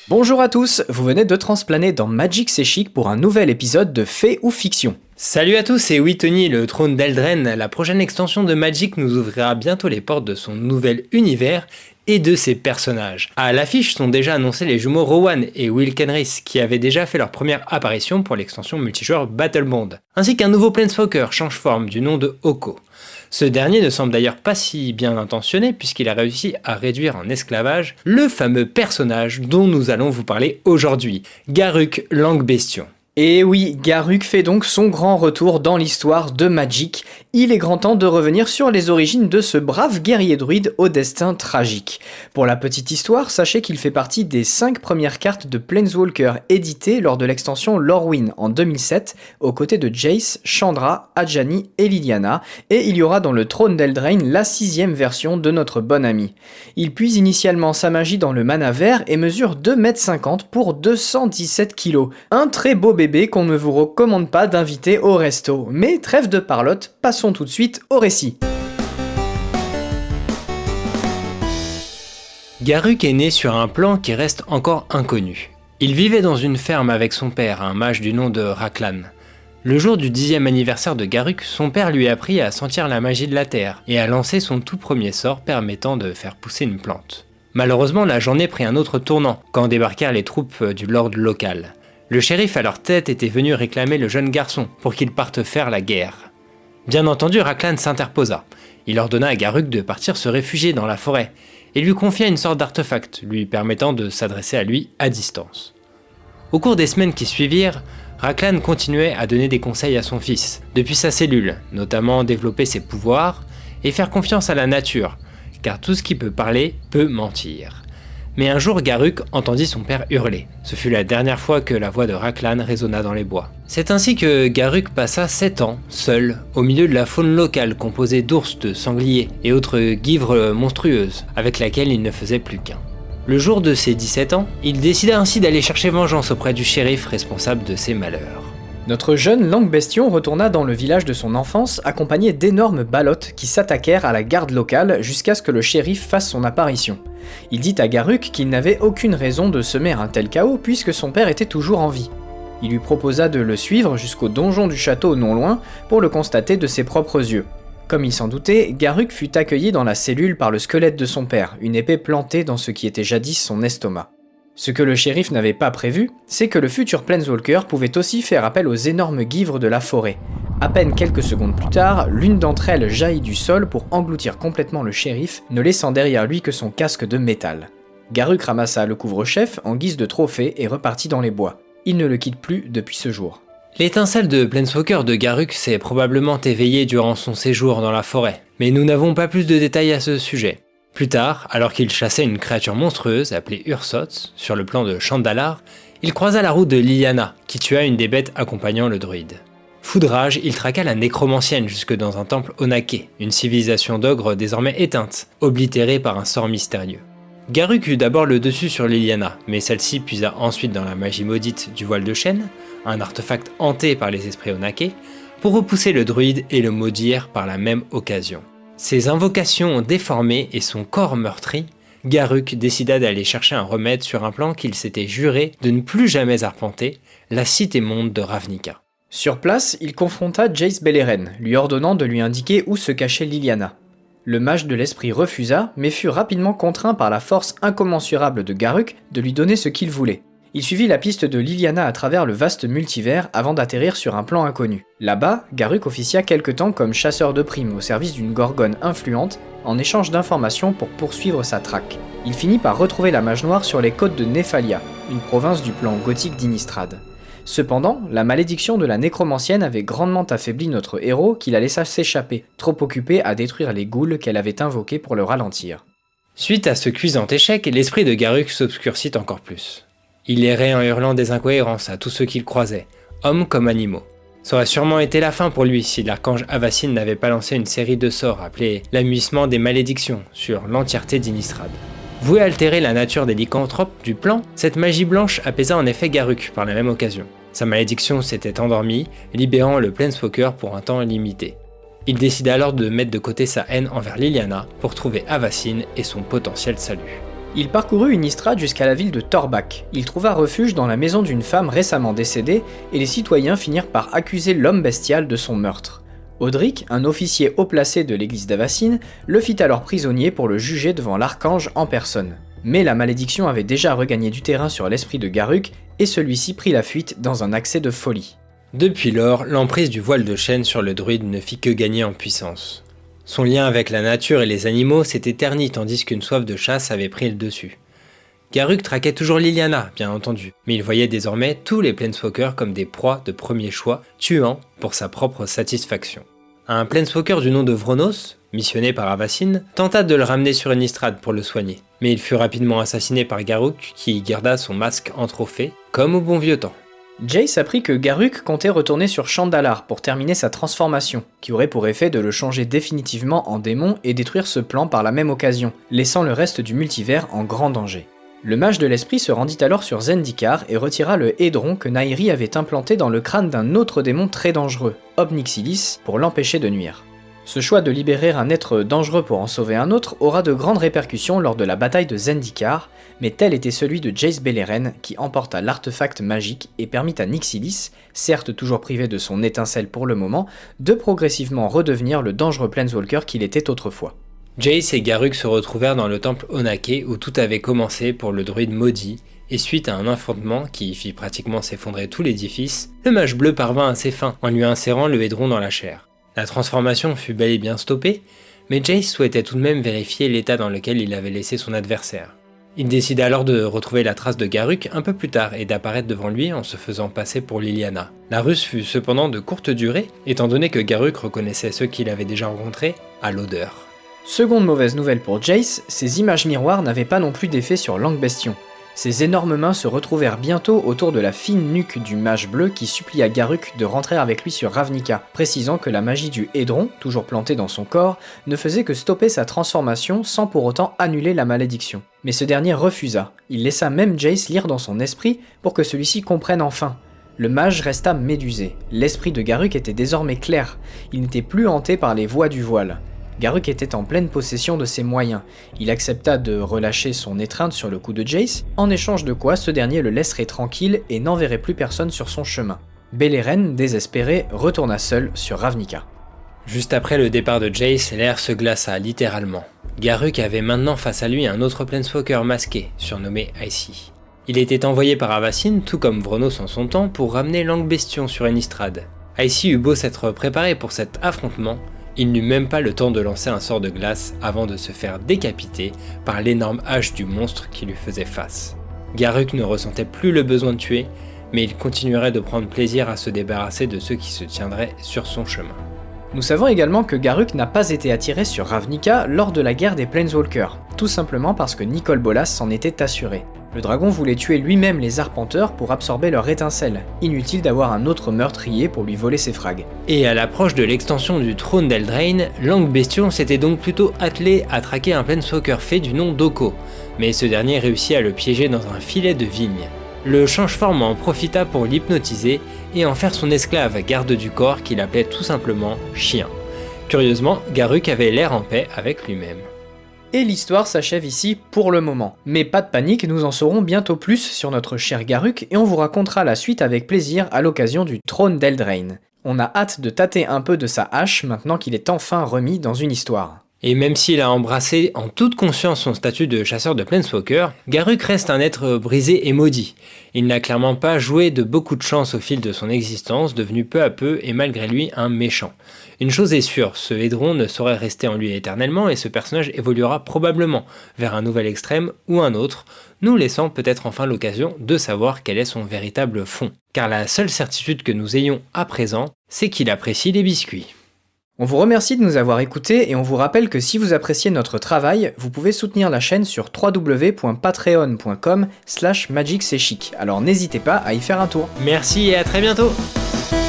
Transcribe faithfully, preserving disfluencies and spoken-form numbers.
Bonjour à tous, vous venez de transplaner dans Magic C'est Chic pour un nouvel épisode de Fait ou Fiction. Salut à tous, et oui Tony, le trône d'Eldren, la prochaine extension de Magic nous ouvrira bientôt les portes de son nouvel univers et de ses personnages. À l'affiche sont déjà annoncés les jumeaux Rowan et Will Kenrith qui avaient déjà fait leur première apparition pour l'extension multijoueur Battlebond, ainsi qu'un nouveau Planeswalker change-forme du nom de Oko. Ce dernier ne semble d'ailleurs pas si bien intentionné puisqu'il a réussi à réduire en esclavage le fameux personnage dont nous allons vous parler aujourd'hui, Garruk Langbestion. Et oui, Garruk fait donc son grand retour dans l'histoire de Magic. Il est grand temps de revenir sur les origines de ce brave guerrier druide au destin tragique. Pour la petite histoire, sachez qu'il fait partie des cinq premières cartes de Planeswalker éditées lors de l'extension Lorwyn en deux mille sept, aux côtés de Jace, Chandra, Adjani et Liliana, et il y aura dans le trône d'Eldraine la sixième version de notre bon ami. Il puise initialement sa magie dans le mana vert et mesure deux mètres cinquante pour deux cent dix-sept kilos. Un très beau bébé qu'on ne vous recommande pas d'inviter au resto. Mais trêve de parlotte, passons tout de suite au récit. Garruk est né sur un plan qui reste encore inconnu. Il vivait dans une ferme avec son père, un mage du nom de Raklan. Le jour du dixième anniversaire de Garruk, son père lui a appris à sentir la magie de la terre et à lancer son tout premier sort permettant de faire pousser une plante. Malheureusement, la journée prit un autre tournant quand débarquèrent les troupes du lord local. Le shérif à leur tête était venu réclamer le jeune garçon pour qu'il parte faire la guerre. Bien entendu, Raklan s'interposa. Il ordonna à Garruk de partir se réfugier dans la forêt et lui confia une sorte d'artefact lui permettant de s'adresser à lui à distance. Au cours des semaines qui suivirent, Raklan continuait à donner des conseils à son fils, depuis sa cellule, notamment développer ses pouvoirs et faire confiance à la nature, car tout ce qui peut parler peut mentir. Mais un jour, Garruk entendit son père hurler. Ce fut la dernière fois que la voix de Raklan résonna dans les bois. C'est ainsi que Garruk passa sept ans, seul, au milieu de la faune locale composée d'ours, de sangliers et autres guivres monstrueuses, avec laquelle il ne faisait plus qu'un. Le jour de ses dix-sept ans, il décida ainsi d'aller chercher vengeance auprès du shérif responsable de ses malheurs. Notre jeune Langbestion retourna dans le village de son enfance accompagné d'énormes ballottes qui s'attaquèrent à la garde locale jusqu'à ce que le shérif fasse son apparition. Il dit à Garruk qu'il n'avait aucune raison de semer un tel chaos puisque son père était toujours en vie. Il lui proposa de le suivre jusqu'au donjon du château non loin pour le constater de ses propres yeux. Comme il s'en doutait, Garruk fut accueilli dans la cellule par le squelette de son père, une épée plantée dans ce qui était jadis son estomac. Ce que le shérif n'avait pas prévu, c'est que le futur Planeswalker pouvait aussi faire appel aux énormes guivres de la forêt. À peine quelques secondes plus tard, l'une d'entre elles jaillit du sol pour engloutir complètement le shérif, ne laissant derrière lui que son casque de métal. Garruk ramassa le couvre-chef en guise de trophée et repartit dans les bois. Il ne le quitte plus depuis ce jour. L'étincelle de Planeswalker de Garruk s'est probablement éveillée durant son séjour dans la forêt, mais nous n'avons pas plus de détails à ce sujet. Plus tard, alors qu'il chassait une créature monstrueuse appelée Ursot sur le plan de Chandalar, il croisa la route de Liliana, qui tua une des bêtes accompagnant le druide. Fou de rage, il traqua la nécromancienne jusque dans un temple Onake, une civilisation d'ogres désormais éteinte, oblitérée par un sort mystérieux. Garruk eut d'abord le dessus sur Liliana, mais celle-ci puisa ensuite dans la magie maudite du voile de chêne, un artefact hanté par les esprits Onake, pour repousser le druide et le maudire par la même occasion. Ses invocations déformées et son corps meurtri, Garruk décida d'aller chercher un remède sur un plan qu'il s'était juré de ne plus jamais arpenter, la cité-monde de Ravnica. Sur place, il confronta Jace Beleren, lui ordonnant de lui indiquer où se cachait Liliana. Le mage de l'esprit refusa, mais fut rapidement contraint par la force incommensurable de Garruk de lui donner ce qu'il voulait. Il suivit la piste de Liliana à travers le vaste multivers avant d'atterrir sur un plan inconnu. Là-bas, Garruk officia quelque temps comme chasseur de primes au service d'une gorgone influente en échange d'informations pour poursuivre sa traque. Il finit par retrouver la mage noire sur les côtes de Nephalia, une province du plan gothique d'Innistrad. Cependant, la malédiction de la nécromancienne avait grandement affaibli notre héros qui la laissa s'échapper, trop occupé à détruire les ghouls qu'elle avait invoqués pour le ralentir. Suite à ce cuisant échec, l'esprit de Garruk s'obscurcit encore plus. Il errait en hurlant des incohérences à tous ceux qu'il croisait, hommes comme animaux. Ça aurait sûrement été la fin pour lui si l'archange Avacyn n'avait pas lancé une série de sorts appelés l'amuissement des malédictions sur l'entièreté d'Innistrad. Voué à altérer la nature des lycanthropes du plan, cette magie blanche apaisa en effet Garruk par la même occasion. Sa malédiction s'était endormie, libérant le Planeswalker pour un temps limité. Il décida alors de mettre de côté sa haine envers Liliana pour trouver Avacyn et son potentiel salut. Il parcourut Innistrad jusqu'à la ville de Torbak. Il trouva refuge dans la maison d'une femme récemment décédée et les citoyens finirent par accuser l'homme bestial de son meurtre. Audric, un officier haut placé de l'église d'Avacyn, le fit alors prisonnier pour le juger devant l'archange en personne. Mais la malédiction avait déjà regagné du terrain sur l'esprit de Garruk et celui-ci prit la fuite dans un accès de folie. Depuis lors, l'emprise du voile de chêne sur le druide ne fit que gagner en puissance. Son lien avec la nature et les animaux s'était terni tandis qu'une soif de chasse avait pris le dessus. Garruk traquait toujours Liliana, bien entendu, mais il voyait désormais tous les Planeswalkers comme des proies de premier choix, tuant pour sa propre satisfaction. Un Planeswalker du nom de Vronos, missionné par Avacyn, tenta de le ramener sur Innistrad pour le soigner, mais il fut rapidement assassiné par Garruk qui garda son masque en trophée, comme au bon vieux temps. Jace apprit que Garruk comptait retourner sur Chandalar pour terminer sa transformation, qui aurait pour effet de le changer définitivement en démon et détruire ce plan par la même occasion, laissant le reste du multivers en grand danger. Le mage de l'esprit se rendit alors sur Zendikar et retira le hédron que Nahiri avait implanté dans le crâne d'un autre démon très dangereux, Ob-Nixilis, pour l'empêcher de nuire. Ce choix de libérer un être dangereux pour en sauver un autre aura de grandes répercussions lors de la bataille de Zendikar, mais tel était celui de Jace Beleren qui emporta l'artefact magique et permit à Nixilis, certes toujours privé de son étincelle pour le moment, de progressivement redevenir le dangereux Planeswalker qu'il était autrefois. Jace et Garruk se retrouvèrent dans le temple Onake où tout avait commencé pour le druide maudit, et suite à un affrontement qui fit pratiquement s'effondrer tout l'édifice, le mage bleu parvint à ses fins en lui insérant le hédron dans la chair. La transformation fut bel et bien stoppée, mais Jace souhaitait tout de même vérifier l'état dans lequel il avait laissé son adversaire. Il décida alors de retrouver la trace de Garruk un peu plus tard et d'apparaître devant lui en se faisant passer pour Liliana. La ruse fut cependant de courte durée, étant donné que Garruk reconnaissait ceux qu'il avait déjà rencontrés à l'odeur. Seconde mauvaise nouvelle pour Jace, ces images miroirs n'avaient pas non plus d'effet sur Langbestion. Ses énormes mains se retrouvèrent bientôt autour de la fine nuque du mage bleu qui supplia Garruk de rentrer avec lui sur Ravnica, précisant que la magie du hédron, toujours plantée dans son corps, ne faisait que stopper sa transformation sans pour autant annuler la malédiction. Mais ce dernier refusa, il laissa même Jace lire dans son esprit pour que celui-ci comprenne enfin. Le mage resta médusé, l'esprit de Garruk était désormais clair, il n'était plus hanté par les voies du voile. Garruk était en pleine possession de ses moyens. Il accepta de relâcher son étreinte sur le cou de Jace, en échange de quoi ce dernier le laisserait tranquille et n'enverrait plus personne sur son chemin. Beleren, désespéré, retourna seul sur Ravnica. Juste après le départ de Jace, l'air se glaça littéralement. Garruk avait maintenant face à lui un autre Planeswalker masqué, surnommé Icy. Il était envoyé par Avacyn, tout comme Vronos en son temps, pour ramener Langbestion sur Innistrad. Icy eut beau s'être préparé pour cet affrontement, il n'eut même pas le temps de lancer un sort de glace avant de se faire décapiter par l'énorme hache du monstre qui lui faisait face. Garruk ne ressentait plus le besoin de tuer, mais il continuerait de prendre plaisir à se débarrasser de ceux qui se tiendraient sur son chemin. Nous savons également que Garruk n'a pas été attiré sur Ravnica lors de la guerre des Planeswalkers, tout simplement parce que Nicol Bolas s'en était assuré. Le dragon voulait tuer lui-même les arpenteurs pour absorber leur étincelle, inutile d'avoir un autre meurtrier pour lui voler ses frags. Et à l'approche de l'extension du trône d'Eldraine, Langbestion s'était donc plutôt attelé à traquer un Planeswalker fait du nom d'Oko, mais ce dernier réussit à le piéger dans un filet de vigne. Le change-forme en profita pour l'hypnotiser et en faire son esclave garde du corps qu'il appelait tout simplement Chien. Curieusement, Garruk avait l'air en paix avec lui-même. Et l'histoire s'achève ici pour le moment. Mais pas de panique, nous en saurons bientôt plus sur notre cher Garruk et on vous racontera la suite avec plaisir à l'occasion du trône d'Eldraine. On a hâte de tâter un peu de sa hache maintenant qu'il est enfin remis dans une histoire. Et même s'il a embrassé en toute conscience son statut de chasseur de Planeswalker, Garruk reste un être brisé et maudit. Il n'a clairement pas joué de beaucoup de chance au fil de son existence, devenu peu à peu et malgré lui un méchant. Une chose est sûre, ce hédron ne saurait rester en lui éternellement et ce personnage évoluera probablement vers un nouvel extrême ou un autre, nous laissant peut-être enfin l'occasion de savoir quel est son véritable fond. Car la seule certitude que nous ayons à présent, c'est qu'il apprécie les biscuits. On vous remercie de nous avoir écoutés et on vous rappelle que si vous appréciez notre travail, vous pouvez soutenir la chaîne sur w w w point patreon point com slash magic c'est chic. Alors n'hésitez pas à y faire un tour. Merci et à très bientôt.